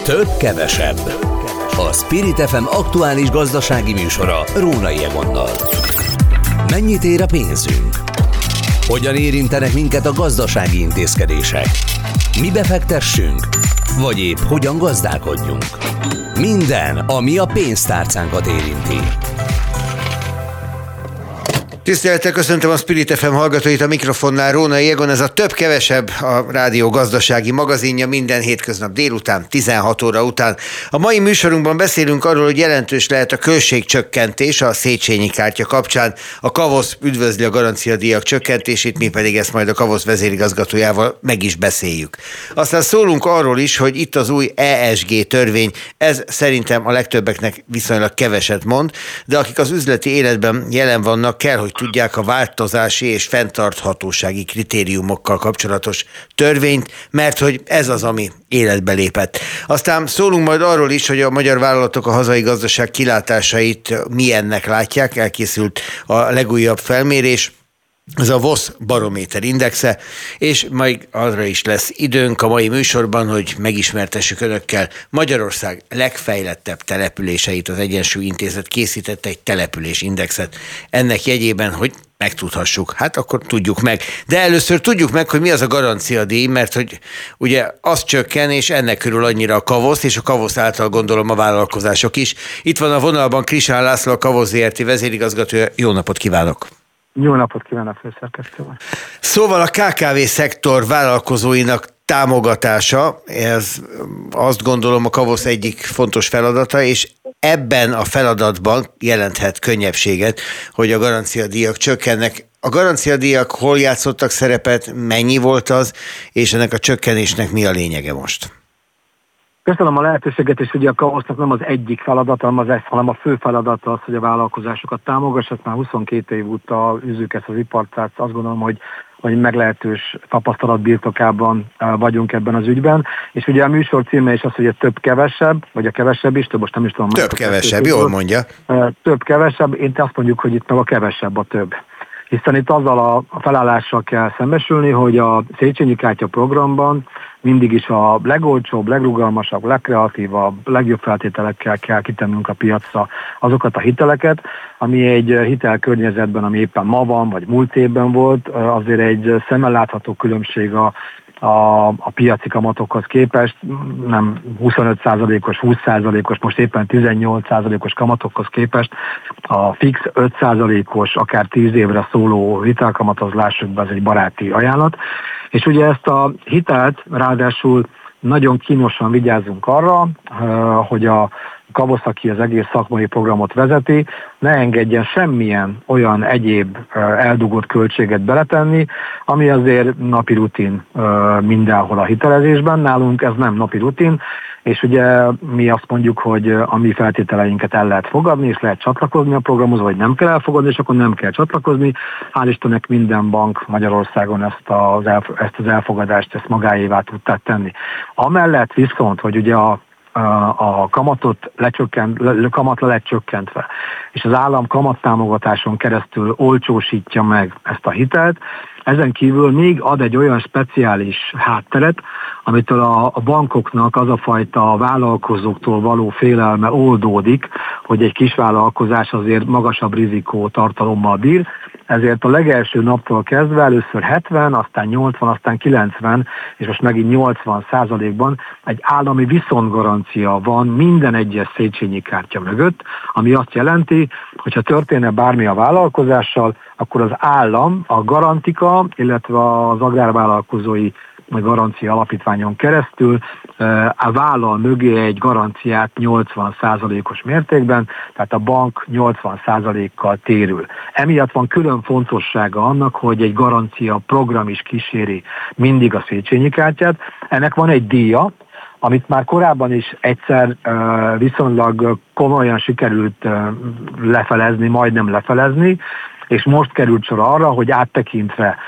Több kevesebb. A Spirit FM aktuális gazdasági műsora Rónai Egonnal. Mennyit ér a pénzünk? Hogyan érintenek minket a gazdasági intézkedések? Mi befektessünk? Vagy épp hogyan gazdálkodjunk? Minden, ami a pénztárcánkat érinti. Tisztelettel köszöntöm a Spirit FM hallgatóit, a mikrofonnál Rónai Egon, ez a Több-kevesebb, a rádió gazdasági magazinja minden hétköznap délután, 16 óra után. A mai műsorunkban beszélünk arról, hogy jelentős lehet a költségcsökkentés a Széchenyi kártya kapcsán. A KAVOSZ üdvözli a garanciadíjak csökkentését, mi pedig ezt majd a KAVOSZ vezérigazgatójával meg is beszéljük. Aztán szólunk arról is, hogy itt az új ESG törvény, ez szerintem a legtöbbeknek viszonylag keveset mond, de akik az üzleti életben jelen vannak, kell, hogy tudják a változási és fenntarthatósági kritériumokkal kapcsolatos törvényt, mert hogy ez az, ami életbe lépett. Aztán szólunk majd arról is, hogy a magyar vállalatok a hazai gazdaság kilátásait milyennek látják, elkészült a legújabb felmérés, ez a VOSZ barométer indexe, és majd arra is lesz időnk a mai műsorban, hogy megismertessük önökkel Magyarország legfejlettebb településeit. Az Egyensúly Intézet készített egy településindexet. Ennek jegyében, hogy megtudhassuk. Hát akkor tudjuk meg. De először tudjuk meg, hogy mi az a garanciadíj, mert hogy ugye az csökken, és ennek körül annyira a KAVOSZ, és a KAVOSZ által gondolom a vállalkozások is. Itt van a vonalban Krisán László, a KAVOSZ Zrt. vezérigazgatója. Jó napot kívánok! Jó napot kívánok, főszerkesztő. Szóval a KKV-szektor vállalkozóinak támogatása, ez azt gondolom a KAVOSZ egyik fontos feladata, és ebben a feladatban jelenthet könnyebbséget, hogy a garanciadíjak csökkennek. A garanciadíjak hol játszottak szerepet, mennyi volt az, és ennek a csökkenésnek mi a lényege most? Köszönöm a lehetőséget, és ugye a KAVOSZ-nak nem az egyik feladata, hanem a fő feladata az, hogy a vállalkozásokat támogassák. Már 22 év óta űzzük ezt az ipart, tehát azt gondolom, hogy meglehetős tapasztalat birtokában vagyunk ebben az ügyben. És ugye a műsor címe is az, hogy a több-kevesebb, vagy a kevesebb is, most nem is tudom. Több-kevesebb, jól mondja. Több-kevesebb, én azt mondjuk, hogy itt meg a kevesebb a több. Hiszen itt azzal a felállással kell szembesülni, hogy a Széchenyi kártya programban mindig is a legolcsóbb, legrugalmasabb, legkreatívabb, legjobb feltételekkel kell kitennünk a piacra azokat a hiteleket, ami egy hitelkörnyezetben, ami éppen ma van, vagy múlt évben volt, azért egy szemmel látható különbség a piaci kamatokhoz képest, nem 25%-os, 20%-os, most éppen 18%-os kamatokhoz képest a fix 5%-os, akár 10 évre szóló hitelkamathoz lássuk be, ez egy baráti ajánlat. És ugye ezt a hitelt ráadásul nagyon kínosan vigyázzunk arra, hogy a KAVOSZ, aki az egész szakmai programot vezeti, ne engedjen semmilyen olyan egyéb eldugott költséget beletenni, ami azért napi rutin mindenhol a hitelezésben. Nálunk ez nem napi rutin, és ugye mi azt mondjuk, hogy a mi feltételeinket el lehet fogadni, és lehet csatlakozni a programhoz, vagy nem kell elfogadni, és akkor nem kell csatlakozni. Hál' Istennek minden bank Magyarországon ezt az elfogadást, ezt magáévá tudták tenni. Amellett viszont, hogy ugye a kamatot kamat le lett csökkentve, és az állam kamattámogatáson keresztül olcsósítja meg ezt a hitelt, ezen kívül még ad egy olyan speciális hátteret, amitől a bankoknak az a fajta vállalkozóktól való félelme oldódik, hogy egy kisvállalkozás azért magasabb rizikótartalommal bír, ezért a legelső naptól kezdve először 70, aztán 80, aztán 90, és most megint 80%-ban egy állami viszontgarancia van minden egyes Széchenyi kártya mögött, ami azt jelenti, hogyha történne bármi a vállalkozással, akkor az állam, a Garantika, illetve az agrárvállalkozói garancia alapítványon keresztül vállal mögé egy garanciát 80%-os mértékben, tehát a bank 80%-kal térül. Emiatt van külön fontossága annak, hogy egy garancia program is kíséri mindig a Széchenyi kártyát. Ennek van egy díja, amit már korábban is egyszer viszonylag komolyan sikerült lefelezni, majdnem lefelezni, és most került sor arra, hogy áttekintve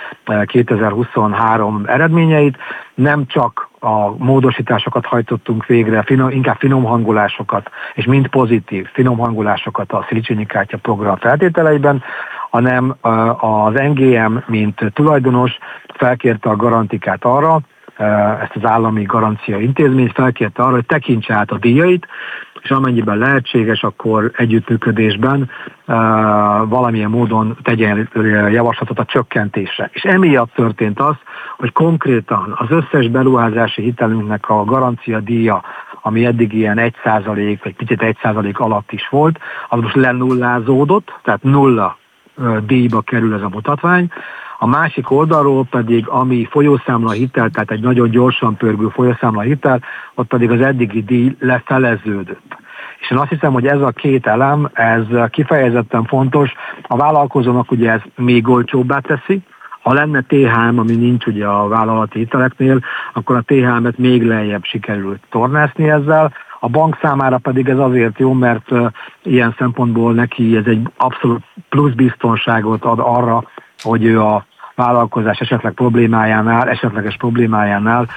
2023 eredményeit nem csak a módosításokat hajtottunk végre, inkább finom hangolásokat, és mind pozitív finom hangolásokat a Széchenyi kártya program feltételeiben, hanem az NGM, mint tulajdonos felkérte a Garantikát arra, ezt az állami garancia intézményt, felkérte arra, hogy tekintse át a díjait, és amennyiben lehetséges, akkor együttműködésben valamilyen módon tegyen javaslatot a csökkentésre. És emiatt történt az, hogy konkrétan az összes beruházási hitelünknek a garancia díja, ami eddig ilyen 1%, vagy picit 1% alatt is volt, az most lenullázódott, tehát nulla díjba kerül ez a mutatvány. A másik oldalról pedig, ami folyószámla hitel, tehát egy nagyon gyorsan pörgő folyószámla hitel, ott pedig az eddigi díj lefeleződött. És én azt hiszem, hogy ez a két elem, ez kifejezetten fontos. A vállalkozónak ugye ez még olcsóbbá teszi. Ha lenne THM, ami nincs ugye a vállalati hiteleknél, akkor a THM-et még lejjebb sikerült tornászni ezzel. A bank számára pedig ez azért jó, mert ilyen szempontból neki ez egy abszolút plusz biztonságot ad arra, hogy ő a vállalkozás esetleges problémájánál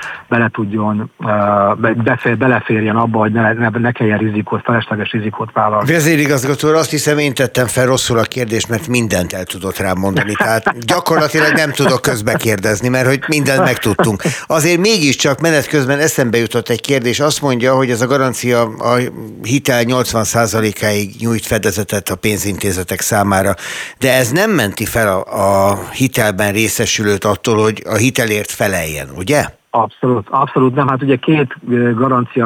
beleférjen abba, hogy ne kelljen felesleges rizikót vállalni. Vezérigazgató, azt hiszem, én tettem fel rosszul a kérdést, mert mindent el tudott rám mondani. Tehát gyakorlatilag nem tudok közbe kérdezni, mert hogy mindent megtudtunk. Azért mégiscsak menet közben eszembe jutott egy kérdés. Azt mondja, hogy ez a garancia a hitel 80%-áig nyújt fedezetet a pénzintézetek számára. De ez nem menti fel a hitelben részesülőt attól, hogy a hitelért feleljen, ugye? Abszolút nem. Hát ugye két garancia,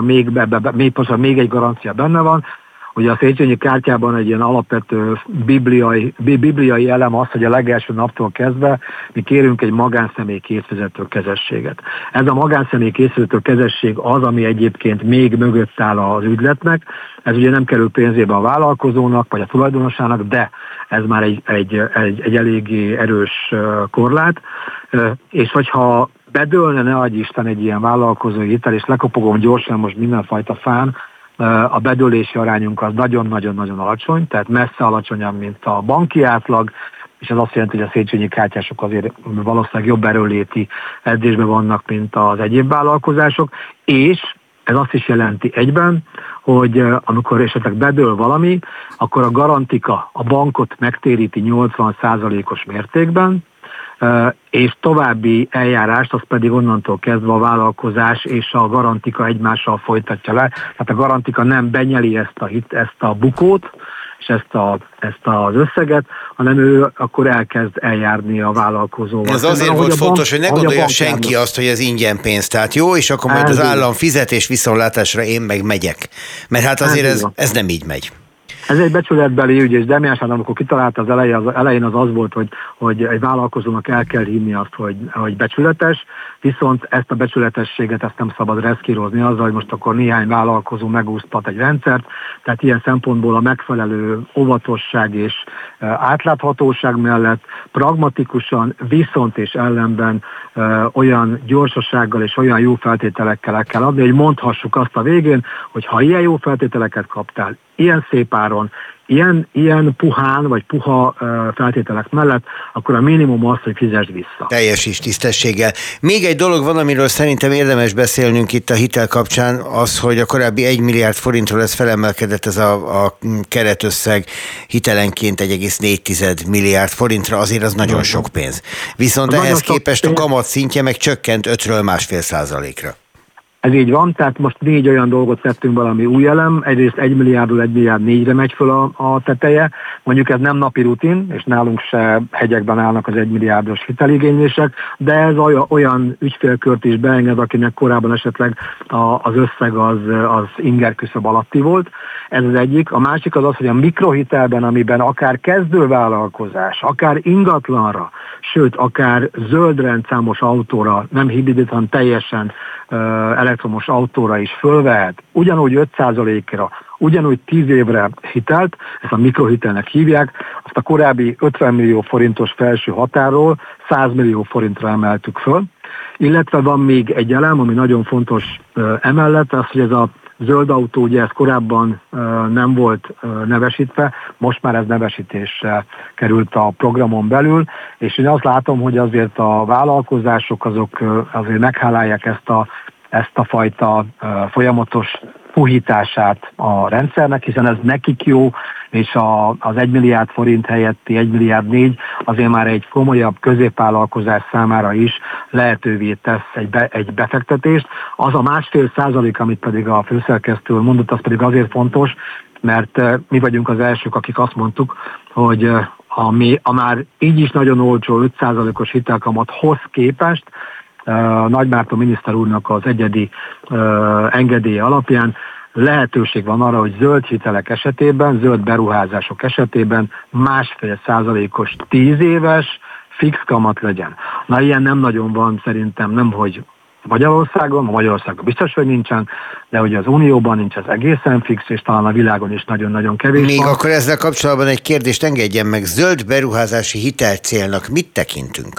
még egy garancia benne van. Ugye a Széchenyi kártyában egy ilyen alapvető bibliai elem az, hogy a legelső naptól kezdve mi kérünk egy magánszemély készvezető kezességet. Ez a magánszemély készvezető kezesség az, ami egyébként még mögött áll az ügyletnek. Ez ugye nem kerül pénzébe a vállalkozónak, vagy a tulajdonosának, de ez már egy eléggé erős korlát. És hogyha bedőlne, ne adj Isten, egy ilyen vállalkozói hitel, és lekopogom gyorsan most mindenfajta fán, a bedőlési arányunk az nagyon-nagyon-nagyon alacsony, tehát messze alacsonyabb, mint a banki átlag, és ez azt jelenti, hogy a Széchenyi kártyások azért valószínűleg jobb erőléti edzésben vannak, mint az egyéb vállalkozások, és ez azt is jelenti egyben, hogy amikor esetleg bedől valami, akkor a garantika a bankot megtéríti 80%-os mértékben, és további eljárást, az pedig onnantól kezdve a vállalkozás és a garantika egymással folytatja le. Tehát a garantika nem benyeli ezt a bukót, és ezt az összeget, hanem ő akkor elkezd eljárni a vállalkozóval. Ez azért volt fontos, hogy ne gondolja senki azt, hogy ez ingyen pénz. Tehát jó, és akkor majd az állam fizet, és viszontlátásra én meg megyek. Mert hát azért ez nem így megy. Ez egy becsületbeli ügy, és Demján Sándor, amikor kitalálta az elején az volt, hogy egy vállalkozónak el kell hinni azt, hogy becsületes, viszont ezt a becsületességet ezt nem szabad reszkírozni azzal, hogy most akkor néhány vállalkozó megúsztat egy rendszert, tehát ilyen szempontból a megfelelő óvatosság és átláthatóság mellett pragmatikusan, viszont és ellenben olyan gyorsasággal és olyan jó feltételekkel kell adni, hogy mondhassuk azt a végén, hogy ha ilyen jó feltételeket kaptál, ilyen szép áron, ilyen puhán vagy puha feltételek mellett, akkor a minimum az, hogy fizesd vissza. Teljes is tisztességgel. Még egy dolog van, amiről szerintem érdemes beszélnünk itt a hitel kapcsán, az, hogy a korábbi 1 milliárd forintról ez felemelkedett, ez a keretösszeg hitelenként 1,4 milliárd forintra, azért az nagyon sok pénz. Viszont ehhez képest a kamat szintje meg csökkent 5-ről 1,5%-ra. Ez így van, tehát most 4 olyan dolgot tettünk valami új elem, egyrészt 1 milliárdról 1 milliárd 4-re megy föl a teteje, mondjuk ez nem napi rutin, és nálunk se hegyekben állnak az 1 milliárdos hiteligénylések, de ez olyan ügyfélkört is beenged, akinek korábban esetleg az összeg az inger küszöb alatti volt. Ez az egyik. A másik az, hogy a mikrohitelben, amiben akár kezdővállalkozás, akár ingatlanra, sőt, akár zöld rendszámos autóra, nem hibridit, hanem teljesen elektromos autóra is fölvehet, ugyanúgy 5%-ra, ugyanúgy 10 évre hitelt, ezt a mikrohitelnek hívják, azt a korábbi 50 millió forintos felső határról 100 millió forintra emeltük föl, illetve van még egy elem, ami nagyon fontos emellett, az, hogy ez a zöld autó, ugye ez korábban nem volt nevesítve, most már ez nevesítésre került a programon belül, és én azt látom, hogy azért a vállalkozások azok azért meghálálják ezt a fajta folyamatos puhítását a rendszernek, hiszen ez nekik jó, és az 1 milliárd forint helyetti 1 milliárd 4 azért már egy komolyabb középvállalkozás számára is lehetővé tesz egy befektetést. Az a 1,5%, amit pedig a főszerkesztő mondott, az pedig azért fontos, mert mi vagyunk az elsők, akik azt mondtuk, hogy a már így is nagyon olcsó 5%-os hitelkamathoz képest Nagy Márton miniszter úrnak az egyedi engedélye alapján lehetőség van arra, hogy zöld hitelek esetében, zöld beruházások esetében 1,5%-os 10 éves fix kamat legyen. Na ilyen nem nagyon van szerintem, nemhogy Magyarországon biztos, hogy nincsen, de hogy az Unióban nincs, az egészen fix, és talán a világon is nagyon-nagyon kevés Még van. akkor ezzel kapcsolatban egy kérdést engedjen meg. Zöld beruházási hitelcélnak mit tekintünk?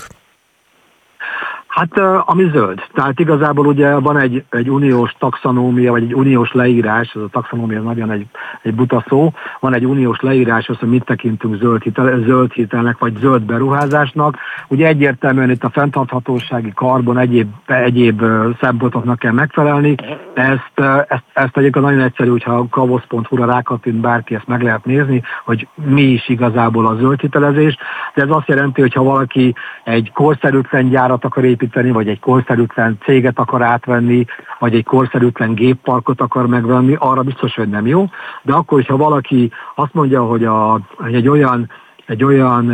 Hát ami zöld. Tehát igazából ugye van egy uniós taxonómia, vagy egy uniós leírás, ez a taxonómia nagyon egy buta szó, van egy uniós leírás, hogy mit tekintünk zöld hitelnek, vagy zöld beruházásnak. Ugye egyértelműen itt a fenntarthatósági, karbon, egyéb szempontoknak kell megfelelni. Ezt egyébként nagyon egyszerű, hogyha kavosz.hu-ra rákattint bárki, ezt meg lehet nézni, hogy mi is igazából a zöld hitelezés. De ez azt jelenti, hogy ha valaki egy korszerűtlen gyárat akar építeni, vagy egy korszerűtlen céget akar átvenni, vagy egy korszerűtlen gépparkot akar megvenni, arra biztos, hogy nem jó. De akkor, hogyha valaki azt mondja, hogy egy olyan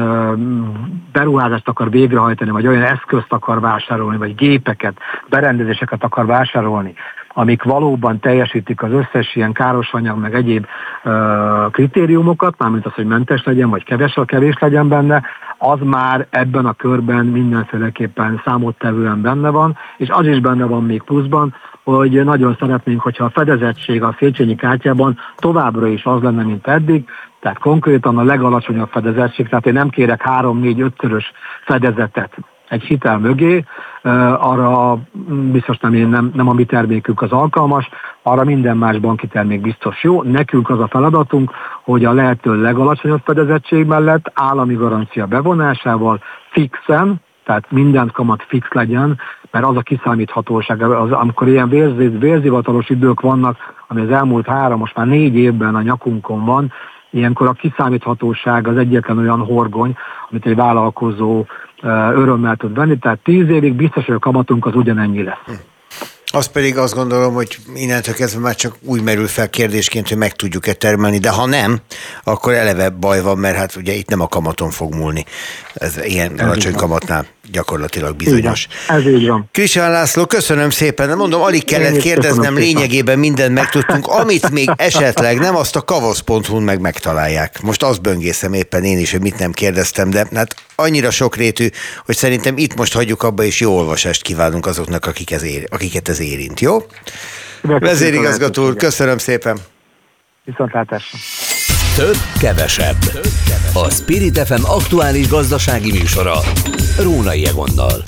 beruházást akar végrehajtani, vagy olyan eszközt akar vásárolni, vagy gépeket, berendezéseket akar vásárolni, amik valóban teljesítik az összes ilyen károsanyag, meg egyéb kritériumokat, mármint az, hogy mentes legyen, vagy kevés legyen benne, az már ebben a körben mindenféleképpen számottevően benne van, és az is benne van még pluszban, hogy nagyon szeretnénk, hogyha a fedezettség a Széchenyi kártyában továbbra is az lenne, mint eddig, tehát konkrétan a legalacsonyabb fedezettség, tehát én nem kérek 3-4-5-szörös fedezetet egy hitel mögé, arra biztos nem a mi termékünk az alkalmas, arra minden más banki termék biztos jó. Nekünk az a feladatunk, hogy a lehető legalacsonyabb fedezettség mellett állami garancia bevonásával fixen, tehát minden kamat fix legyen, mert az a kiszámíthatóság, amikor ilyen vérzivatalos idők vannak, ami az elmúlt 3, most már 4 évben a nyakunkon van, ilyenkor a kiszámíthatóság az egyetlen olyan horgony, amit egy vállalkozó örömmel tud venni, tehát 10 évig biztos, hogy a kamatunk az ugyanennyi lesz. Azt pedig azt gondolom, hogy innentől kezdve már csak úgy merül fel kérdésként, hogy meg tudjuk-e termelni, de ha nem, akkor eleve baj van, mert hát ugye itt nem a kamaton fog múlni. Ez ilyen alacsony kamatnál gyakorlatilag bizonyos. Ez így van. Krisán László, köszönöm szépen. Mondom, alig kellett kérdeznem, lényegében mindent megtudtunk. Amit még esetleg nem, azt a kavosz.hu-n megtalálják. Most azt böngészem éppen én is, hogy mit nem kérdeztem, de hát annyira sokrétű, hogy szerintem itt most hagyjuk abba, és jó olvasást kívánunk azoknak, akiket ez érint, jó? Vezérigazgató úr, köszönöm szépen. Viszontlátásra. Több, kevesebb. A Spirit FM aktuális gazdasági műsora Rónai Egonnal.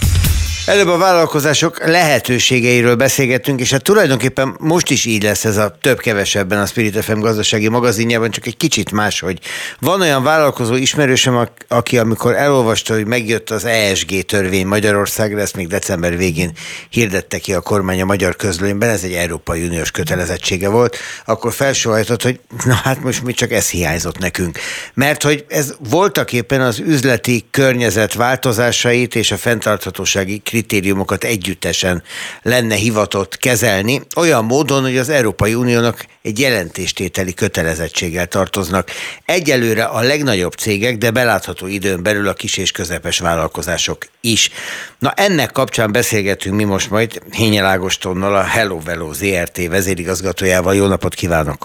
Előbb a vállalkozások lehetőségeiről beszélgettünk, és hát tulajdonképpen most is így lesz ez a több-kevesebben a Spirit FM gazdasági magazinjában, csak egy kicsit máshogy. Van olyan vállalkozó ismerősöm, aki amikor elolvasta, hogy megjött az ESG törvény Magyarországra, ezt még december végén hirdette ki a kormány a magyar közlönyben, ez egy Európai Uniós kötelezettsége volt, akkor felsóhajtott, hogy na hát most mi csak ez hiányzott nekünk. Mert hogy ez voltaképpen az üzleti környezet változásait és a fenntarthatósági kritériumokat együttesen lenne hivatott kezelni, olyan módon, hogy az Európai Uniónak egy jelentéstételi kötelezettséggel tartoznak. Egyelőre a legnagyobb cégek, de belátható időn belül a kis és közepes vállalkozások is. Na ennek kapcsán beszélgetünk mi most majd Hényel Ágostonnal, a Hello Velo Zrt. Vezérigazgatójával. Jó napot kívánok!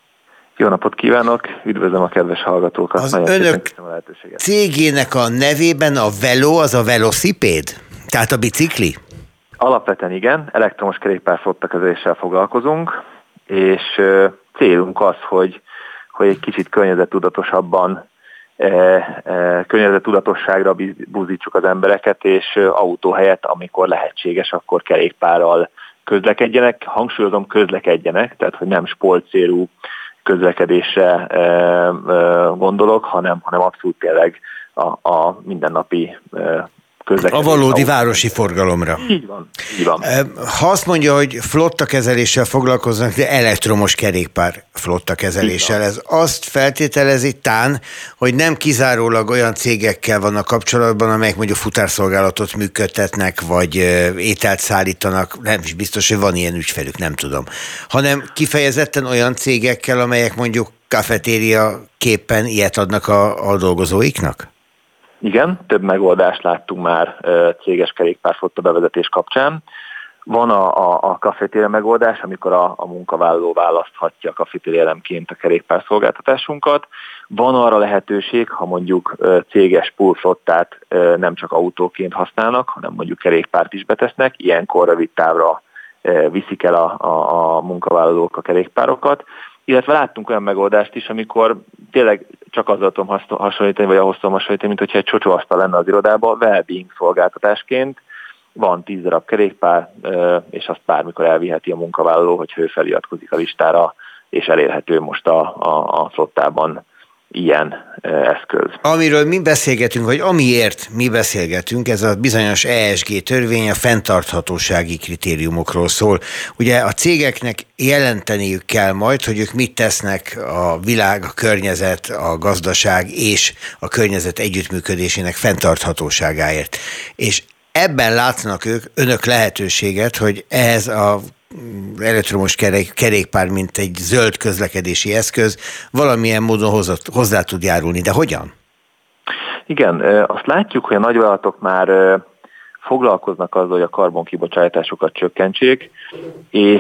Jó napot kívánok, üdvözlöm a kedves hallgatókat. Az önök cégének a nevében a Velo, az a velocipéd? Tehát a bicikli? Alapvetően igen, elektromos kerékpárflottakezéssel foglalkozunk, és célunk az, hogy egy kicsit környezettudatosságra buzdítsuk az embereket, és autó helyett, amikor lehetséges, akkor kerékpárral közlekedjenek. Hangsúlyozom, közlekedjenek, tehát hogy nem sportcélú közlekedésre gondolok, hanem abszolút tényleg a mindennapi közlekedés. A valódi városi forgalomra. Így van, így van. Ha azt mondja, hogy flottakezeléssel foglalkoznak, de elektromos kerékpár flottakezeléssel, ez azt feltételezi tán, hogy nem kizárólag olyan cégekkel vannak kapcsolatban, amelyek mondjuk futárszolgálatot működtetnek, vagy ételt szállítanak, nem is biztos, hogy van ilyen ügyfelük, nem tudom, hanem kifejezetten olyan cégekkel, amelyek mondjuk kafetéria képpen ilyet adnak a dolgozóiknak? Igen, több megoldást láttunk már céges kerékpárflotta bevezetés kapcsán. Van a kafetéria megoldás, amikor a munkavállaló választhatja kafetériaelemként a kerékpárszolgáltatásunkat. Van arra lehetőség, ha mondjuk céges poolflottát nem csak autóként használnak, hanem mondjuk kerékpárt is betesznek, ilyenkor rövid távra viszik el a munkavállalók a kerékpárokat. Illetve láttunk olyan megoldást is, amikor tényleg csak azzal tudom hasonlítani, vagy ahhoz tudom hasonlítani, mint hogyha egy csocsóasztal lenne az irodában, well-being szolgáltatásként van 10 darab kerékpár, és azt bármikor elviheti a munkavállaló, hogyha ő feliratkozik a listára, és elérhető most a flottában ilyen eszköz. Amiről mi beszélgetünk, vagy amiért mi beszélgetünk, ez a bizonyos ESG törvény a fenntarthatósági kritériumokról szól. Ugye a cégeknek jelenteniük kell majd, hogy ők mit tesznek a világ, a környezet, a gazdaság és a környezet együttműködésének fenntarthatóságáért. És ebben látnak önök lehetőséget, hogy ez a elektromos kerékpár, mint egy zöld közlekedési eszköz valamilyen módon hozzá tud járulni. De hogyan? Igen, azt látjuk, hogy a nagyvállalatok már foglalkoznak azzal, hogy a karbonkibocsátásokat csökkentsék, és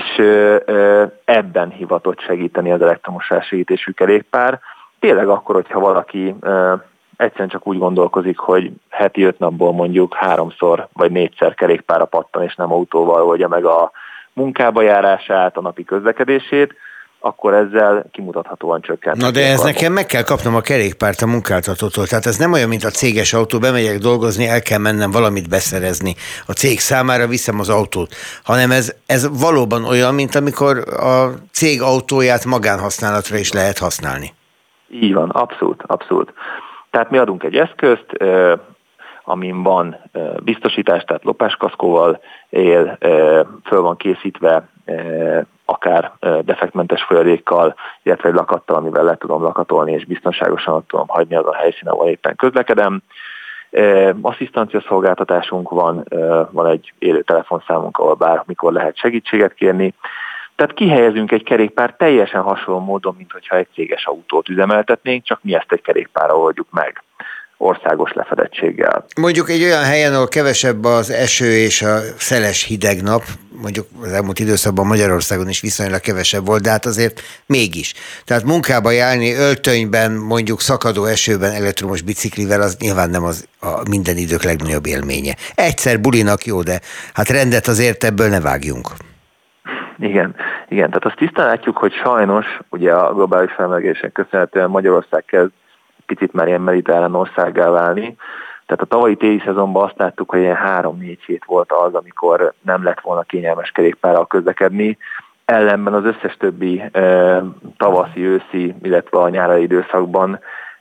ebben hivatott segíteni az elektromos segítésű kerékpár. Tényleg akkor, hogyha valaki egyszerűen csak úgy gondolkozik, hogy heti 5 napból mondjuk 3-szor vagy 4-szer kerékpárra pattan, és nem autóval oldja meg a munkába járását, a napi közlekedését, akkor ezzel kimutathatóan csökkent. Na de ez nekem meg kell kapnom a kerékpárt a munkáltatótól. Tehát ez nem olyan, mint a céges autó, bemegyek dolgozni, el kell mennem valamit beszerezni. A cég számára viszem az autót. Hanem ez valóban olyan, mint amikor a cég autóját magánhasználatra is lehet használni. Így van, abszolút, abszolút. Tehát mi adunk egy eszközt, amin van biztosítás, tehát lopáskaszkóval él, föl van készítve akár defektmentes folyadékkal, illetve egy lakattal, amivel le tudom lakatolni, és biztonságosan tudom hagyni azon a helyszínen, ahol éppen közlekedem. Asszisztancia szolgáltatásunk van egy élő telefonszámunk, ahol bármikor lehet segítséget kérni. Tehát kihelyezünk egy kerékpár teljesen hasonló módon, mint hogyha egy céges autót üzemeltetnénk, csak mi ezt egy kerékpárral oldjuk meg, országos lefedettséggel. Mondjuk egy olyan helyen, ahol kevesebb az eső és a szeles hideg nap, mondjuk az elmúlt időszakban Magyarországon is viszonylag kevesebb volt, de hát azért mégis. Tehát munkába járni öltönyben, mondjuk szakadó esőben elektromos biciklivel, az nyilván nem az a minden idők legnagyobb élménye. Egyszer bulinak jó, de hát rendet azért ebből ne vágjunk. Igen, tehát azt tisztán látjuk, hogy sajnos ugye a globális felmelegedésnek köszönhetően Magyarország kezd picit már ilyen mediterrán országgá válni. Tehát a tavalyi téli szezonban azt láttuk, hogy ilyen 3-4 hét volt az, amikor nem lett volna kényelmes kerékpárral közlekedni. Ellenben az összes többi tavaszi, őszi, illetve a nyári időszakban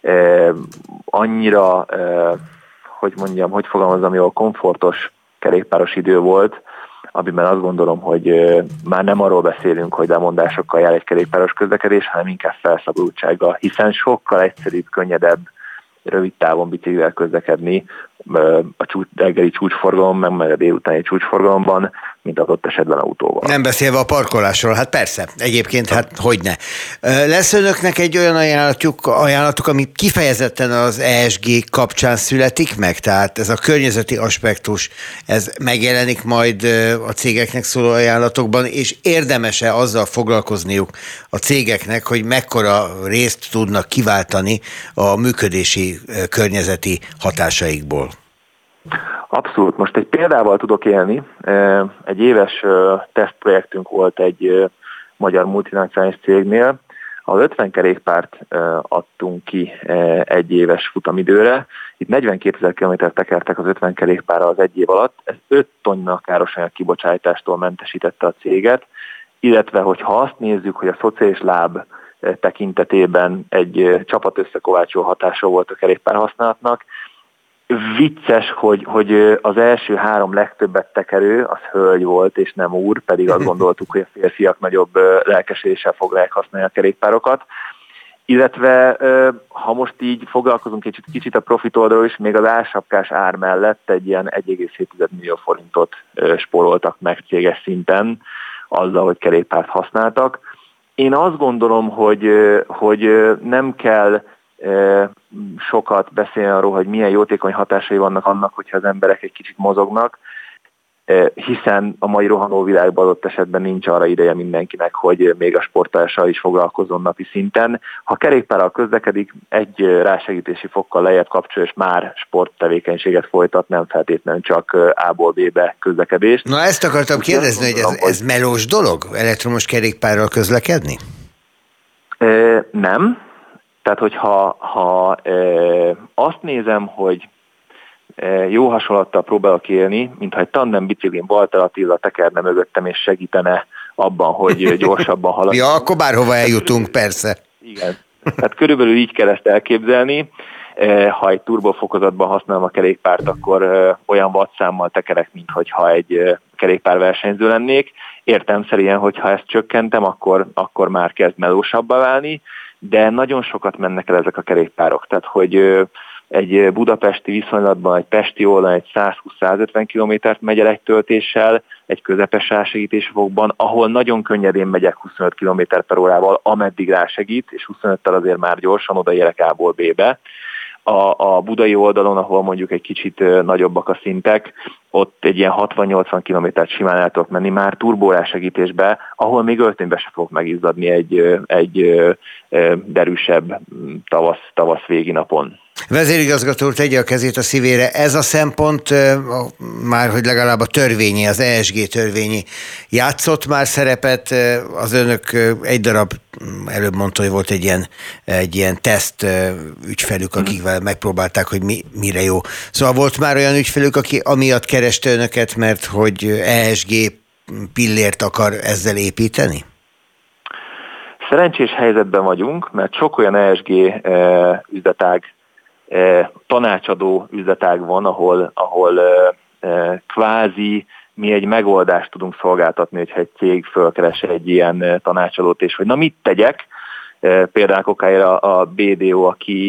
annyira, hogy fogalmazom jól, komfortos kerékpáros idő volt, amiben azt gondolom, hogy már nem arról beszélünk, hogy lemondásokkal jár egy kerékpáros közlekedés, hanem inkább felszabadultsággal, hiszen sokkal egyszerűbb, könnyedebb, rövid távon biciklivel közlekedni a reggeli csúcsforgalom, meg a délutáni csúcsforgalomban, mint adott esetben autóval. Nem beszélve a parkolásról, hát persze, egyébként hát hogyne. Lesz önöknek egy olyan ajánlatuk, ami kifejezetten az ESG kapcsán születik meg? Tehát ez a környezeti aspektus, ez megjelenik majd a cégeknek szóló ajánlatokban, és érdemes-e azzal foglalkozniuk a cégeknek, hogy mekkora részt tudnak kiváltani a működési környezeti hatásaikból? Abszolút. Most egy példával tudok élni. Egy éves tesztprojektünk volt egy magyar multinacionális cégnél, ahol 50 kerékpárt adtunk ki egy éves futamidőre. Itt 42 000 kilométert tekertek az 50 kerékpárral az egy év alatt. Ez 5 tonna károsanyag kibocsátástól mentesítette a céget, illetve hogyha azt nézzük, hogy a szociális láb tekintetében egy csapat összekovácsoló hatása volt a kerékpár használatnak, vicces, hogy az első 3 legtöbbet tekerő, az hölgy volt, és nem úr, pedig azt gondoltuk, hogy a férfiak nagyobb lelkesedéssel fogják használni a kerékpárokat. Illetve, ha most így foglalkozunk kicsit a profit oldalról is, még az álsapkás ár mellett egy ilyen 1,7 millió forintot spóroltak meg céges szinten azzal, hogy kerékpárt használtak. Én azt gondolom, hogy nem kell sokat beszélni arról, hogy milyen jótékony hatásai vannak annak, hogyha az emberek egy kicsit mozognak, hiszen a mai rohanó világban adott esetben nincs arra ideje mindenkinek, hogy még a sportolással is foglalkozzon napi szinten. Ha kerékpárral közlekedik, egy rásegítési fokkal lejjebb kapcsol, és már sporttevékenységet folytat, nem feltétlenül csak A-ból B-be közlekedést. Na ezt akartam kérdezni, hogy ez melós dolog, elektromos kerékpárral közlekedni? Nem. Tehát, hogyha azt nézem, hogy jó hasonlattal próbálok élni, mintha egy tandem biciklin Walter Attila tekerne mögöttem, és segítene abban, hogy gyorsabban haladjunk. Ja, akkor bárhova eljutunk, persze. Igen. Tehát körülbelül így kell ezt elképzelni. Ha egy turbofokozatban használom a kerékpárt, akkor olyan wattszámmal tekerek, mintha egy kerékpárversenyző lennék. Értelemszerűen, hogyha ezt csökkentem, akkor már kezd melósabbá válni, de nagyon sokat mennek el ezek a kerékpárok. Tehát, hogy egy budapesti viszonylatban, egy pesti oldalon egy 120-150 kilométert megy el egy töltéssel, egy közepes rásegítésfokban, ahol nagyon könnyedén megyek 25 km/órával, ameddig rásegít, és 25-tel azért már gyorsan odaérek A-ból B-be. A budai oldalon, ahol mondjuk egy kicsit nagyobbak a szintek, ott egy ilyen 60-80 kilométert simán el tudok menni már turbórásegítésbe, ahol még öltönybe se fogok megizzadni egy derűsebb tavasz végi napon. Vezérigazgató úr, tegye a kezét a szívére. Ez a szempont már, hogy legalább a törvényi, az ESG törvényi játszott már szerepet. Az önök egy darab, előbb mondta, hogy volt egy ilyen teszt ügyfelük, akikvel megpróbálták, hogy mire jó. Szóval volt már olyan ügyfelük, aki amiatt kereste önöket, mert hogy ESG pillért akar ezzel építeni? Szerencsés helyzetben vagyunk, mert sok olyan ESG üzletág, tanácsadó üzletág van, ahol kvázi mi egy megoldást tudunk szolgáltatni, hogyha egy cég fölkeres egy ilyen tanácsadót, és hogy na mit tegyek, például okáért a BDO,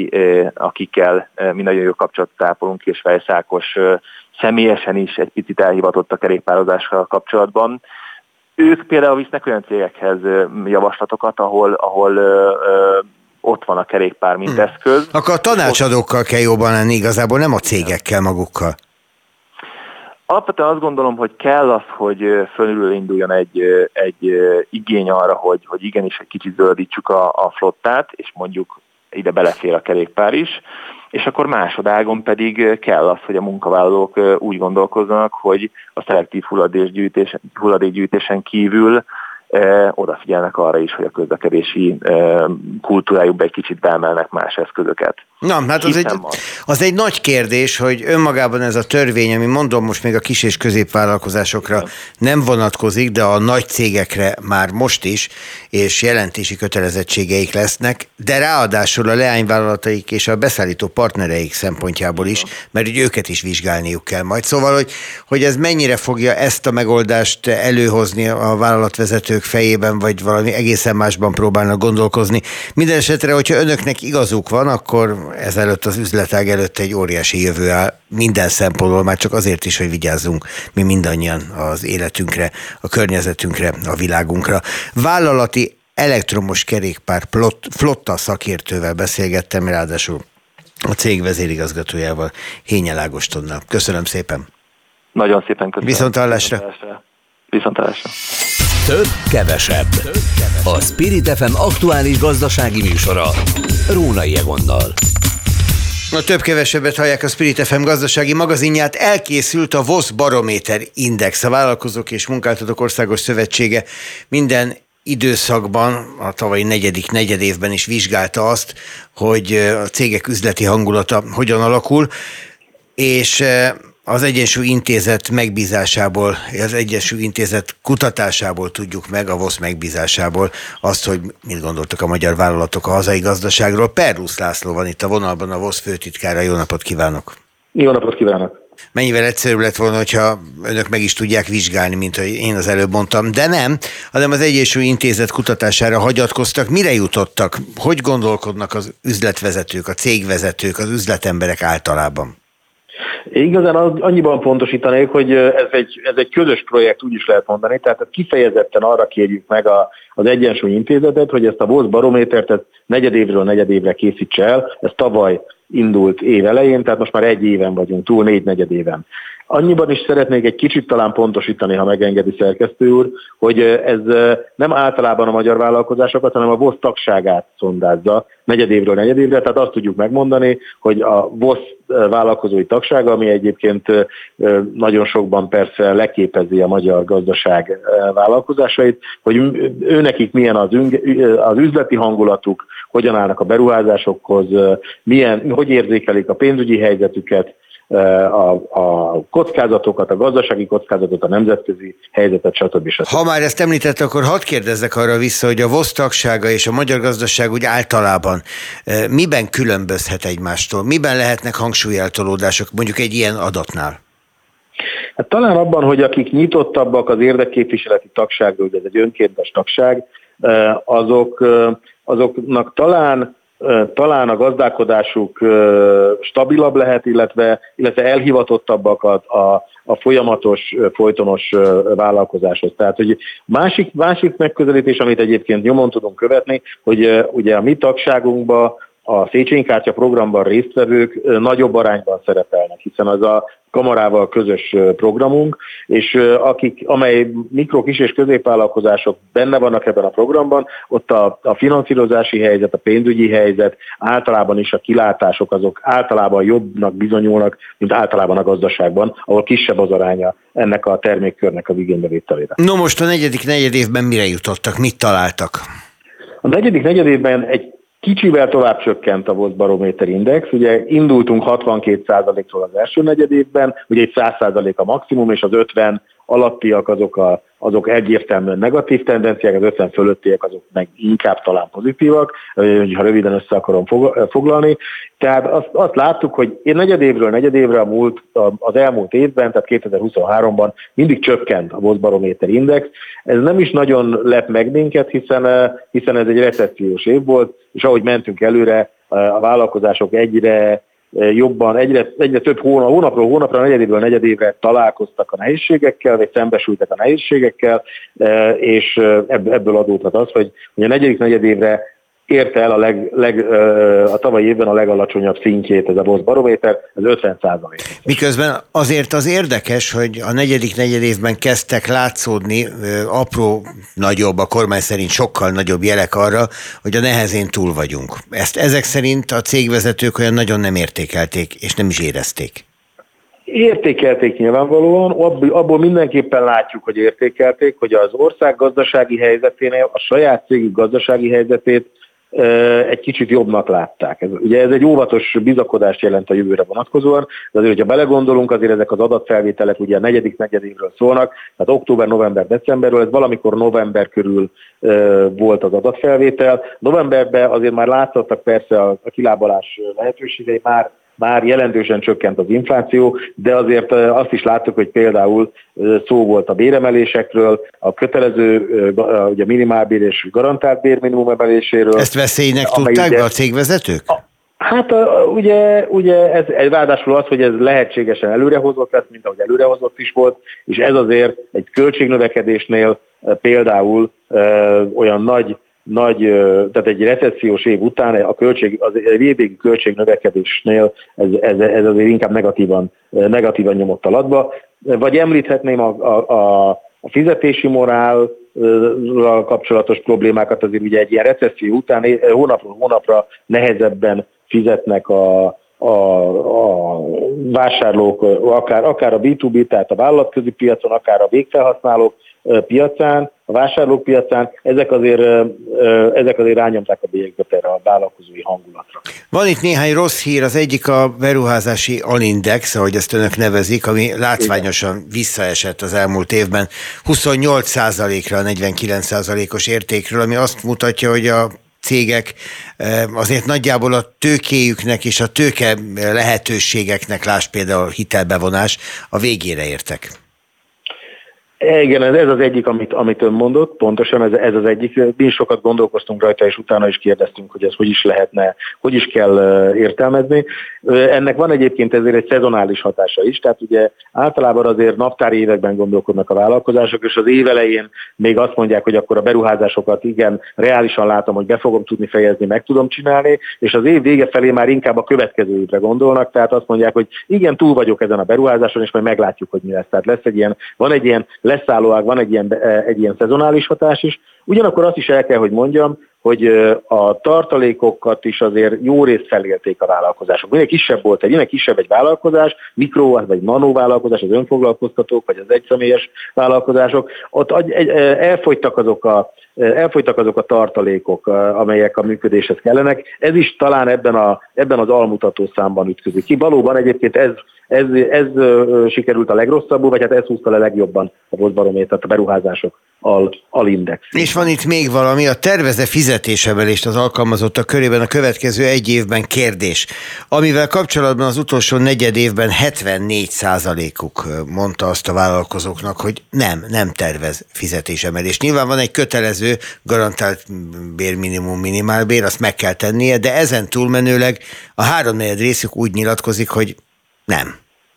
akikkel mi nagyon jó kapcsolatot ápolunk, és Fejszákos személyesen is egy picit elhivatott a kerékpározással kapcsolatban. Ők például visznek olyan cégekhez javaslatokat, ahol ott van a kerékpár, mint eszköz. Akkor a tanácsadókkal kell jobban lenni igazából, nem a cégekkel magukkal. Alapvetően azt gondolom, hogy kell az, hogy fölülről induljon egy igény arra, hogy igenis egy kicsit zöldítsük a flottát, és mondjuk ide belefér a kerékpár is, és akkor másodágon pedig kell az, hogy a munkavállalók úgy gondolkozzanak, hogy a szelektív hulladékgyűjtésen kívül odafigyelnek arra is, hogy a közlekedési kultúrájukba egy kicsit beemelnek más eszközöket. Na, hát az egy nagy kérdés, hogy önmagában ez a törvény, ami mondom most még a kis és középvállalkozásokra nem vonatkozik, de a nagy cégekre már most is, és jelentési kötelezettségeik lesznek, de ráadásul a leányvállalataik és a beszállító partnereik szempontjából is, mert úgy őket is vizsgálniuk kell majd. Szóval, hogy ez mennyire fogja ezt a megoldást előhozni a vállalatvezetők fejében, vagy valami egészen másban próbálnak gondolkozni. Minden esetre, hogyha önöknek igazuk van, akkor ezelőtt az üzletág előtt egy óriási jövő áll minden szempontból, már csak azért is, hogy vigyázzunk mi mindannyian az életünkre, a környezetünkre, a világunkra. Vállalati elektromos kerékpár flotta szakértővel beszélgettem, ráadásul a cég vezérigazgatójával, Hényel Ágostonnal. Köszönöm szépen. Nagyon szépen köszönöm. Viszonthallásra. Viszonthallásra. Több, kevesebb. A Spirit FM aktuális gazdasági műsora Rónai Egonnal. A több-kevesebbet hallják a Spirit FM gazdasági magazinját. Elkészült a VOSZ Barométer Index, a Vállalkozók és Munkáltatók Országos Szövetsége minden időszakban, a tavalyi negyedik negyedévben is vizsgálta azt, hogy a cégek üzleti hangulata hogyan alakul, és az Egyensúly Intézet megbízásából, az Egyensúly Intézet kutatásából tudjuk meg, a VOSZ megbízásából azt, hogy mit gondoltak a magyar vállalatok a hazai gazdaságról. Perlusz László van itt a vonalban, a VOSZ főtitkára. Jó napot kívánok! Jó napot kívánok! Mennyivel egyszerűbb lett volna, hogyha önök meg is tudják vizsgálni, mint ahogy én az előbb mondtam, de nem, hanem az Egyensúly Intézet kutatására hagyatkoztak. Mire jutottak? Hogy gondolkodnak az üzletvezetők, a cégvezetők, az üzletemberek általában? Igazán annyiban pontosítanék, hogy ez egy közös projekt, úgy is lehet mondani, tehát kifejezetten arra kérjük meg az Egyensúly Intézetet, hogy ezt a VOSZ barométert negyedévről negyedévre készítse el, ez tavaly indult év elején, tehát most már egy éven vagyunk túl, 4 negyedéven. Annyiban is szeretnék egy kicsit talán pontosítani, ha megengedi szerkesztő úr, hogy ez nem általában a magyar vállalkozásokat, hanem a VOSZ tagságát szondázza negyedévről negyedévre, tehát azt tudjuk megmondani, hogy a VOSZ vállalkozói tagsága, ami egyébként nagyon sokban persze leképezi a magyar gazdaság vállalkozásait, hogy őnekik milyen az üzleti hangulatuk, hogyan állnak a beruházásokhoz, hogy érzékelik a pénzügyi helyzetüket, a kockázatokat, a gazdasági kockázatot, a nemzetközi helyzetet, stb. Ha már ezt említett, akkor hadd kérdezzek arra vissza, hogy a VOSZ tagsága és a magyar gazdaság úgy általában miben különbözhet egymástól? Miben lehetnek hangsúlyeltolódások mondjuk egy ilyen adatnál? Hát talán abban, hogy akik nyitottabbak az érdekképviseleti tagságról, hogy ez egy önkéntes tagság, azoknak talán a gazdálkodásuk stabilabb lehet, illetve elhivatottabbak a folyamatos, folytonos vállalkozáshoz. Tehát, hogy másik megközelítés, amit egyébként nyomon tudunk követni, hogy ugye a mi tagságunkban a Széchenyi Kártya programban résztvevők nagyobb arányban szerepelnek, hiszen az a kamarával közös programunk, és amely mikro, kis és középvállalkozások benne vannak ebben a programban, ott a finanszírozási helyzet, a pénzügyi helyzet, általában is a kilátások azok általában jobbnak bizonyulnak, mint általában a gazdaságban, ahol kisebb az aránya ennek a termékkörnek az igénybevételére. No most a negyedik negyedévben mire jutottak? Mit találtak? A negyedik negyedévben egy kicsivel tovább csökkent a VOSZ barométer index, ugye indultunk 62%-ról az első negyedévben, ugye egy 100% a maximum, és az 50 alattiak azok egyértelműen negatív tendenciák, az 50 fölöttiek azok meg inkább talán pozitívak, ha röviden össze akarom foglalni. Tehát azt láttuk, hogy negyedévről negyedévre az elmúlt évben, tehát 2023-ban mindig csökkent a VOSZ barométer index. Ez nem is nagyon lep meg minket, hiszen ez egy recessziós év volt, és ahogy mentünk előre, a vállalkozások egyre jobban, egyre több hónapról hónapra, negyedévről negyedévre találkoztak a nehézségekkel, vagy szembesültek a nehézségekkel, és ebből adódhat az, hogy a negyedik negyedévre érte el a tavalyi évben a legalacsonyabb szintjét ez a VOSZ barométer, ez 50%. Miközben azért az érdekes, hogy a negyedik negyedévben kezdtek látszódni nagyobb, a kormány szerint sokkal nagyobb jelek arra, hogy a nehezén túl vagyunk. Ezek szerint a cégvezetők olyan nagyon nem értékelték, és nem is érezték. Értékelték nyilvánvalóan, abból mindenképpen látjuk, hogy értékelték, hogy az ország gazdasági helyzeténél a saját cégük gazdasági helyzetét egy kicsit jobbnak látták. Ez egy óvatos bizakodást jelent a jövőre vonatkozóan, de azért, hogyha belegondolunk, azért ezek az adatfelvételek ugye a negyedik negyedévről szólnak, tehát október, november, decemberről, ez valamikor november körül volt az adatfelvétel. Novemberben azért már látszottak persze a kilábalás lehetőségei, már jelentősen csökkent az infláció, de azért azt is láttuk, hogy például szó volt a béremelésekről, a kötelező ugye minimálbér és garantált bérminimum emeléséről. Ezt veszélynek tudták be a cégvezetők? Hát ugye ez ráadásul az, hogy ez lehetségesen előrehozott lesz, mint ahogy előrehozott is volt, és ez azért egy költségnövekedésnél például olyan nagy, tehát egy recessziós év után az évvégi költségnövekedésnél ez azért inkább negatívan nyomott alatba. Vagy említhetném a fizetési morállal kapcsolatos problémákat, azért ugye egy ilyen recesszió után hónapról hónapra nehezebben fizetnek a vásárlók, akár a B2B, tehát a vállalatközi piacon, akár a végfelhasználók piacán, a vásárlók piacán, ezek azért rányomták a bélyegzet erre a vállalkozói hangulatra. Van itt néhány rossz hír, az egyik a beruházási alindex, ahogy ezt önök nevezik, ami látványosan visszaesett az elmúlt évben 28%-ra a 49%-os értékről, ami azt mutatja, hogy a cégek azért nagyjából a tőkéjüknek és a tőke lehetőségeknek, lásd például hitelbevonás, a végére értek. Igen, ez az egyik, amit ön mondott, pontosan ez az egyik. Mi sokat gondolkoztunk rajta, és utána is kérdeztünk, hogy ez hogy is lehetne, hogy is kell értelmezni. Ennek van egyébként ezért egy szezonális hatása is, tehát ugye általában azért naptári években gondolkodnak a vállalkozások, és az év elején még azt mondják, hogy akkor a beruházásokat igen, reálisan látom, hogy be fogom tudni fejezni, meg tudom csinálni, és az év vége felé már inkább a következő évre gondolnak, tehát azt mondják, hogy igen, túl vagyok ezen a beruházáson, és majd meglátjuk, hogy mi lesz. Tehát van egy ilyen leszállóág, van egy ilyen szezonális hatás is. Ugyanakkor azt is el kell, hogy mondjam, hogy a tartalékokat is azért jó részt felélték a vállalkozások. Minél kisebb egy vállalkozás, mikro vagy nano vállalkozás, az önfoglalkoztatók, vagy az egyszemélyes vállalkozások, ott elfogytak azok a tartalékok, amelyek a működéshez kellenek. Ez is talán ebben az almutató számban ütközik ki. Valóban egyébként ez sikerült a legrosszabbul, vagy hát ez húzta le legjobban a Vostbarométert, a beruházások alindex. És van itt még valami, a tervezett fizetésemelést az alkalmazottak körében a következő egy évben kérdés, amivel kapcsolatban az utolsó negyed évben 74%-uk mondta azt a vállalkozóknak, hogy nem tervez fizetésemelést. Nyilván van egy kötelező, garantált bérminimum, minimálbér, azt meg kell tennie, de ezen túlmenőleg a 3/4 részük úgy nyilatkozik, hogy nem.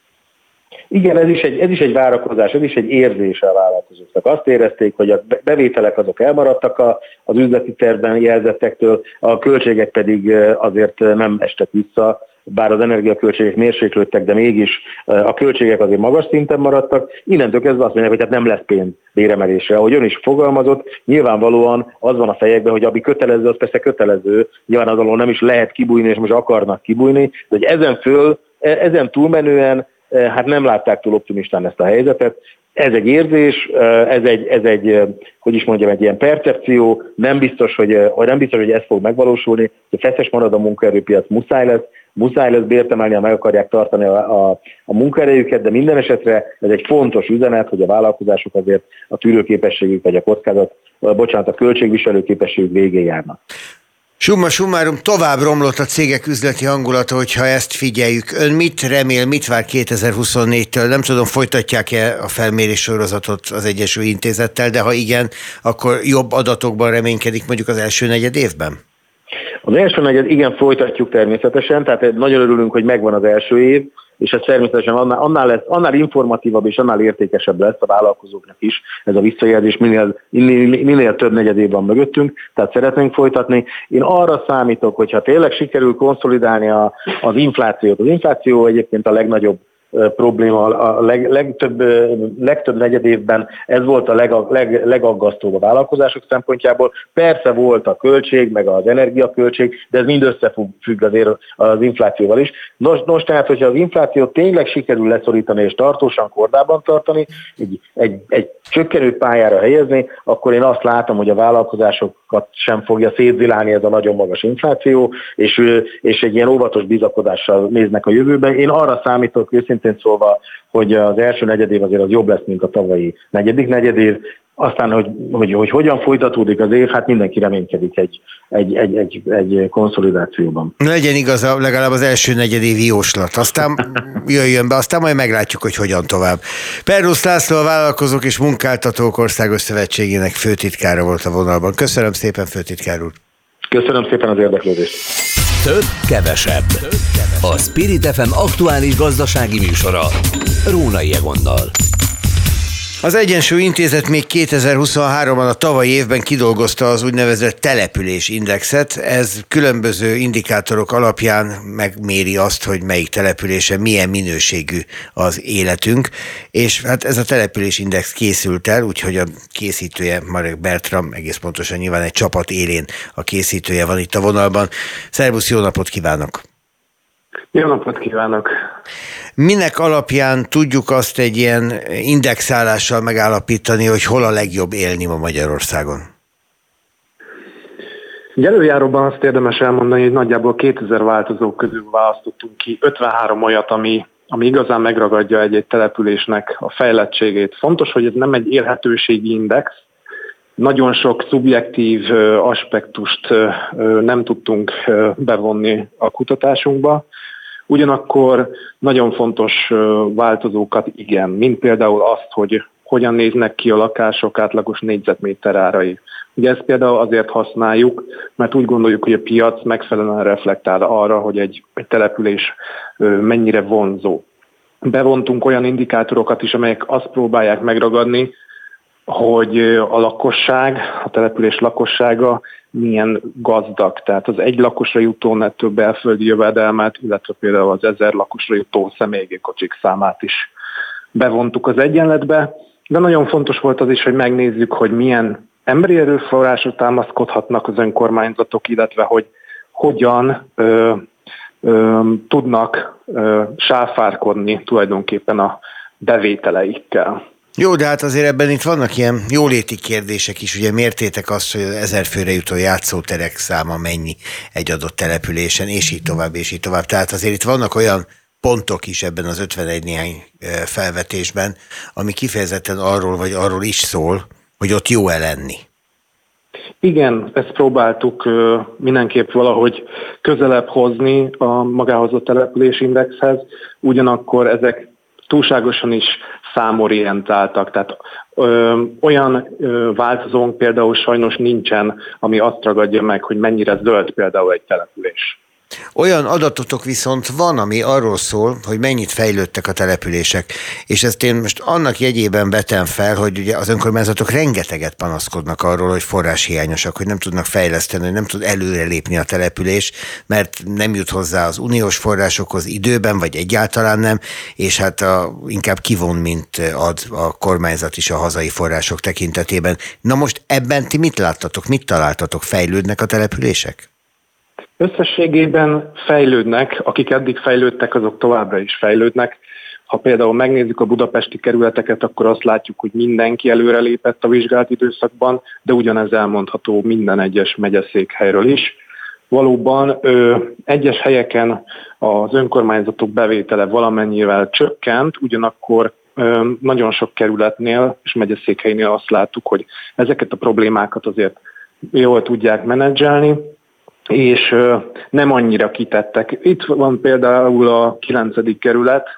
Igen, ez is egy várakozás, ez is egy érzése a vállalkozóknak. Azt érezték, hogy a bevételek azok elmaradtak az üzleti tervben jelzettektől, a költségek pedig azért nem estek vissza, bár az energiaköltségek mérséklődtek, de mégis a költségek azért magas szinten maradtak. Innentől kezdve azt mondják, hogy hát nem lesz pénz béremelésre. Ahogy ön is fogalmazott, nyilvánvalóan az van a fejekben, hogy ami kötelező, az persze kötelező, nyilván az alól nem is lehet kibújni, és most akarnak kibújni, de hogy ezen túlmenően hát nem látták túl optimistán ezt a helyzetet. Ez egy érzés, ez egy hogy is mondjam, egy ilyen percepció, nem biztos, hogy ez fog megvalósulni, hogy feszes marad a munkaerőpiac, muszáj lesz bért emelni, ha meg akarják tartani a munkaerejüket, de minden esetre ez egy fontos üzenet, hogy a vállalkozások azért a tűrőképességük vagy a költségviselő képességük végén járnak. Summa summarum, tovább romlott a cégek üzleti hangulata, hogyha ezt figyeljük. Ön mit remél, mit vár 2024-től? Nem tudom, folytatják-e a felmérés sorozatot az Egyesült Intézettel, de ha igen, akkor jobb adatokban reménykedik mondjuk az első negyed évben? Az első negyed, igen, folytatjuk természetesen, tehát nagyon örülünk, hogy megvan az első év, és ez természetesen annál informatívabb és annál értékesebb lesz a vállalkozóknak is ez a visszajelzés, minél több negyedév van mögöttünk, tehát szeretnénk folytatni. Én arra számítok, hogyha tényleg sikerül konszolidálni az inflációt. Az infláció egyébként a legnagyobb probléma, a legtöbb negyedévben ez volt a legaggasztóbb a vállalkozások szempontjából. Persze volt a költség, meg az energiaköltség, de ez mind összefügg azért az inflációval is. Nos, tehát, hogyha az inflációt tényleg sikerül leszorítani és tartósan kordában tartani, egy csökkenő pályára helyezni, akkor én azt látom, hogy a vállalkozásokat sem fogja szétzilálni ez a nagyon magas infláció, és egy ilyen óvatos bizakodással néznek a jövőben. Én arra számítok, őszintén szólva, hogy az első negyedév azért az jobb lesz, mint a tavalyi negyedik negyedév. Aztán, hogy hogyan folytatódik az év, hát mindenki reménykedik egy konszolidációban. Legyen igaz, legalább az első negyedévi jóslat. Aztán jöjjön be, aztán majd meglátjuk, hogy hogyan tovább. Perrusz László, a Vállalkozók és Munkáltatók Országos Szövetségének főtitkára volt a vonalban. Köszönöm szépen, főtitkár úr. Köszönöm szépen az érdeklődést. Több, kevesebb. A Spirit FM aktuális gazdasági műsora Rónai Egonnal. Az Egyensúly Intézet még 2023-ban, a tavalyi évben kidolgozta az úgynevezett településindexet. Ez különböző indikátorok alapján megméri azt, hogy melyik településen milyen minőségű az életünk, és hát ez a településindex készült el, úgyhogy a készítője Marek Bertram, egész pontosan nyilván egy csapat élén a készítője van itt a vonalban. Szervusz, jó napot kívánok! Jó napot kívánok! Minek alapján tudjuk azt egy ilyen indexálással megállapítani, hogy hol a legjobb élni ma Magyarországon? Előjáróban azt érdemes elmondani, hogy nagyjából 2000 változó közül választottunk ki 53 olyat, ami igazán megragadja egy településnek a fejlettségét. Fontos, hogy ez nem egy élhetőségi index, nagyon sok szubjektív aspektust nem tudtunk bevonni a kutatásunkba. Ugyanakkor nagyon fontos változókat igen, mint például azt, hogy hogyan néznek ki a lakások átlagos négyzetméter árai. Ugye ezt például azért használjuk, mert úgy gondoljuk, hogy a piac megfelelően reflektál arra, hogy egy település mennyire vonzó. Bevontunk olyan indikátorokat is, amelyek azt próbálják megragadni, hogy a lakosság, a település lakossága milyen gazdag. Tehát az egy lakosra jutó nettó belföldi jövedelmet, illetve például az 1000 lakosra jutó személygépkocsik számát is bevontuk az egyenletbe. De nagyon fontos volt az is, hogy megnézzük, hogy milyen emberi erőforrásra támaszkodhatnak az önkormányzatok, illetve hogy hogyan tudnak sáfárkodni tulajdonképpen a bevételeikkel. Jó, de hát azért ebben itt vannak ilyen jóléti kérdések is, ugye mértétek azt, hogy az 1000 főre jutó játszóterek száma mennyi egy adott településen, és így tovább, és így tovább. Tehát azért itt vannak olyan pontok is ebben az 51 néhány felvetésben, ami kifejezetten arról vagy arról is szól, hogy ott jó-e lenni. Igen, ezt próbáltuk mindenképp valahogy közelebb hozni a magához a településindexhez, ugyanakkor ezek túlságosan is számorientáltak, tehát olyan változónk például sajnos nincsen, ami azt ragadja meg, hogy mennyire zöld például egy település. Olyan adatotok viszont van, ami arról szól, hogy mennyit fejlődtek a települések, és ezt én most annak jegyében vetem fel, hogy ugye az önkormányzatok rengeteget panaszkodnak arról, hogy forráshiányosak, hogy nem tudnak fejleszteni, hogy nem tud előrelépni a település, mert nem jut hozzá az uniós forrásokhoz időben, vagy egyáltalán nem, és hát inkább kivon, mint ad a kormányzat is a hazai források tekintetében. Na most ebben ti mit láttatok, mit találtatok, fejlődnek a települések? Összességében fejlődnek, akik eddig fejlődtek, azok továbbra is fejlődnek. Ha például megnézzük a budapesti kerületeket, akkor azt látjuk, hogy mindenki előrelépett a vizsgált időszakban, de ugyanez elmondható minden egyes megyeszékhelyről is. Valóban egyes helyeken az önkormányzatok bevétele valamennyivel csökkent, ugyanakkor nagyon sok kerületnél és megyeszékhelynél azt láttuk, hogy ezeket a problémákat azért jól tudják menedzselni, és nem annyira kitettek. Itt van például a 9. kerület,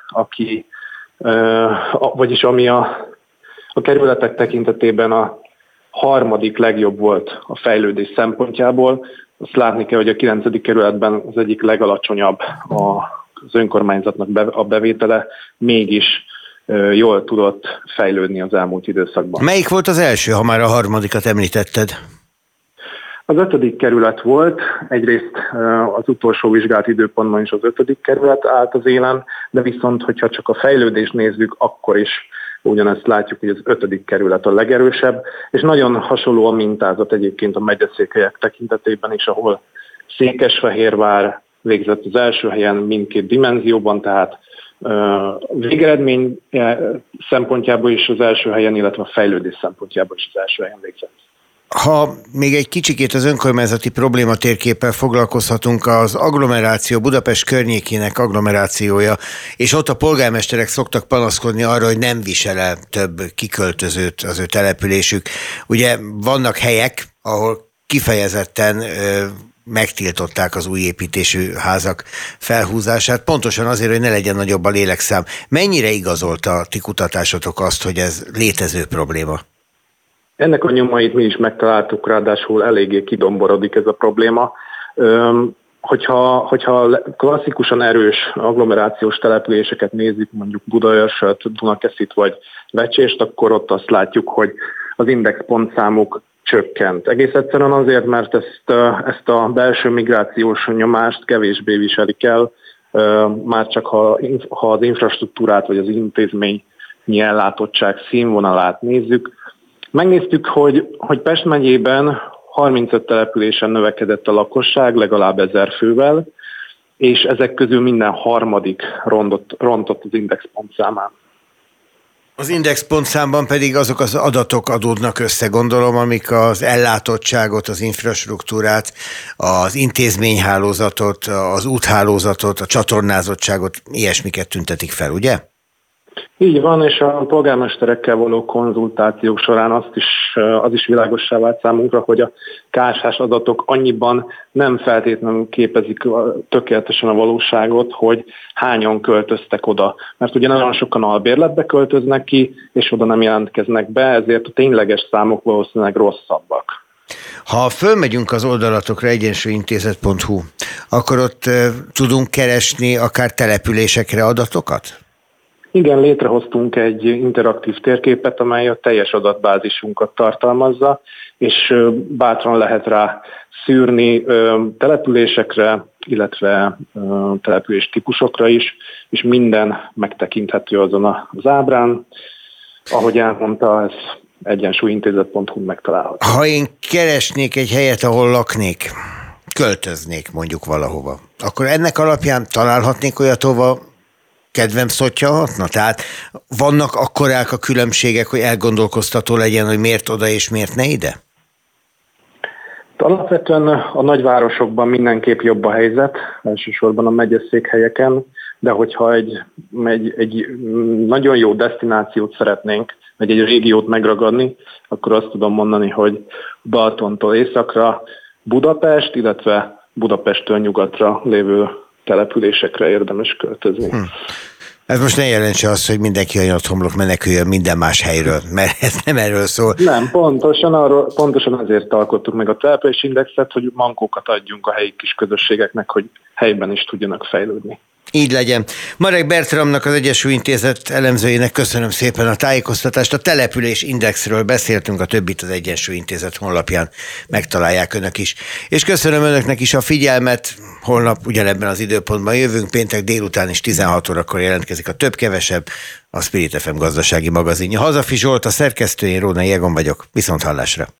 vagyis ami a kerületek tekintetében a 3. legjobb volt a fejlődés szempontjából. Azt látni kell, hogy a 9. kerületben az egyik legalacsonyabb az önkormányzatnak a bevétele, mégis jól tudott fejlődni az elmúlt időszakban. Melyik volt az első, ha már a 3. említetted? Az 5. kerület volt, egyrészt az utolsó vizsgált időpontban is az 5. kerület állt az élen, de viszont, hogyha csak a fejlődést nézzük, akkor is ugyanezt látjuk, hogy az 5. kerület a legerősebb, és nagyon hasonló a mintázat egyébként a megyeszékhelyek tekintetében is, ahol Székesfehérvár végzett az első helyen mindkét dimenzióban, tehát végeredmény szempontjából is az első helyen, illetve a fejlődés szempontjából is az első helyen végzett. Ha még egy kicsikét az önkormányzati problématérképpel foglalkozhatunk, az agglomeráció, Budapest környékének agglomerációja, és ott a polgármesterek szoktak panaszkodni arra, hogy nem visel el több kiköltözőt az ő településük. Ugye vannak helyek, ahol kifejezetten megtiltották az új építésű házak felhúzását, pontosan azért, hogy ne legyen nagyobb a lélekszám. Mennyire igazolta a ti kutatásotok azt, hogy ez létező probléma? Ennek a nyomait mi is megtaláltuk, ráadásul eléggé kidomborodik ez a probléma. Hogyha klasszikusan erős agglomerációs településeket nézzük, mondjuk Budaörsöt, Dunakeszit vagy Vecsést, akkor ott azt látjuk, hogy az indexpontszámuk csökkent. Egész egyszerűen azért, mert ezt a belső migrációs nyomást kevésbé viselik el, már csak ha az infrastruktúrát vagy az intézményi ellátottság színvonalát nézzük. Megnéztük, hogy Pest megyében 35 településen növekedett a lakosság, legalább 1000 fővel, és ezek közül minden harmadik rontott az indexpontszámán. Az indexpontszámban pedig azok az adatok adódnak össze, gondolom, amik az ellátottságot, az infrastruktúrát, az intézményhálózatot, az úthálózatot, a csatornázottságot, ilyesmiket tüntetik fel, ugye? Így van, és a polgármesterekkel való konzultációk során az is világossá vált számunkra, hogy a KSH adatok annyiban nem feltétlenül képezik tökéletesen a valóságot, hogy hányan költöztek oda. Mert ugye nagyon sokan albérletbe költöznek ki, és oda nem jelentkeznek be, ezért a tényleges számok valószínűleg rosszabbak. Ha fölmegyünk az oldalatokra, egyensúlyintézet.hu, akkor ott tudunk keresni akár településekre adatokat? Igen, létrehoztunk egy interaktív térképet, amely a teljes adatbázisunkat tartalmazza, és bátran lehet rá szűrni településekre, illetve település típusokra is, és minden megtekinthető azon az ábrán. Ahogy elmondta, ez egyensúlyintézet.hu megtalálható. Ha én keresnék egy helyet, ahol laknék, költöznék mondjuk valahova, akkor ennek alapján találhatnék olyat, hova kedvem szottyalhatna? Tehát vannak akkorák a különbségek, hogy elgondolkoztató legyen, hogy miért oda és miért ne ide? Alapvetően a nagyvárosokban mindenképp jobb a helyzet, elsősorban a megyeszékhelyeken, de hogyha egy nagyon jó desztinációt szeretnénk, vagy egy régiót megragadni, akkor azt tudom mondani, hogy Balatontól északra Budapest, illetve Budapesttől nyugatra lévő településekre érdemes költözni. Ez most ne jelentse azt, hogy mindenki a nyathomlok meneküljön minden más helyről, mert ez nem erről szól. Nem, pontosan azért alkottuk meg a településindexet, hogy mankókat adjunk a helyi kis közösségeknek, hogy helyben is tudjanak fejlődni. Így legyen. Marek Bertramnak, az Egyensúlyintézet elemzőjének köszönöm szépen a tájékoztatást. A település indexről beszéltünk, a többit az Egyensúlyintézet honlapján megtalálják önök is. És köszönöm önöknek is a figyelmet. Holnap ugyanebben az időpontban jövünk, péntek délután is 16 órakor jelentkezik a több-kevesebb, a Spirit FM gazdasági magazinja. Hazafi Zsolt, a szerkesztőjén, Rónai Egon vagyok. Viszonthallásra.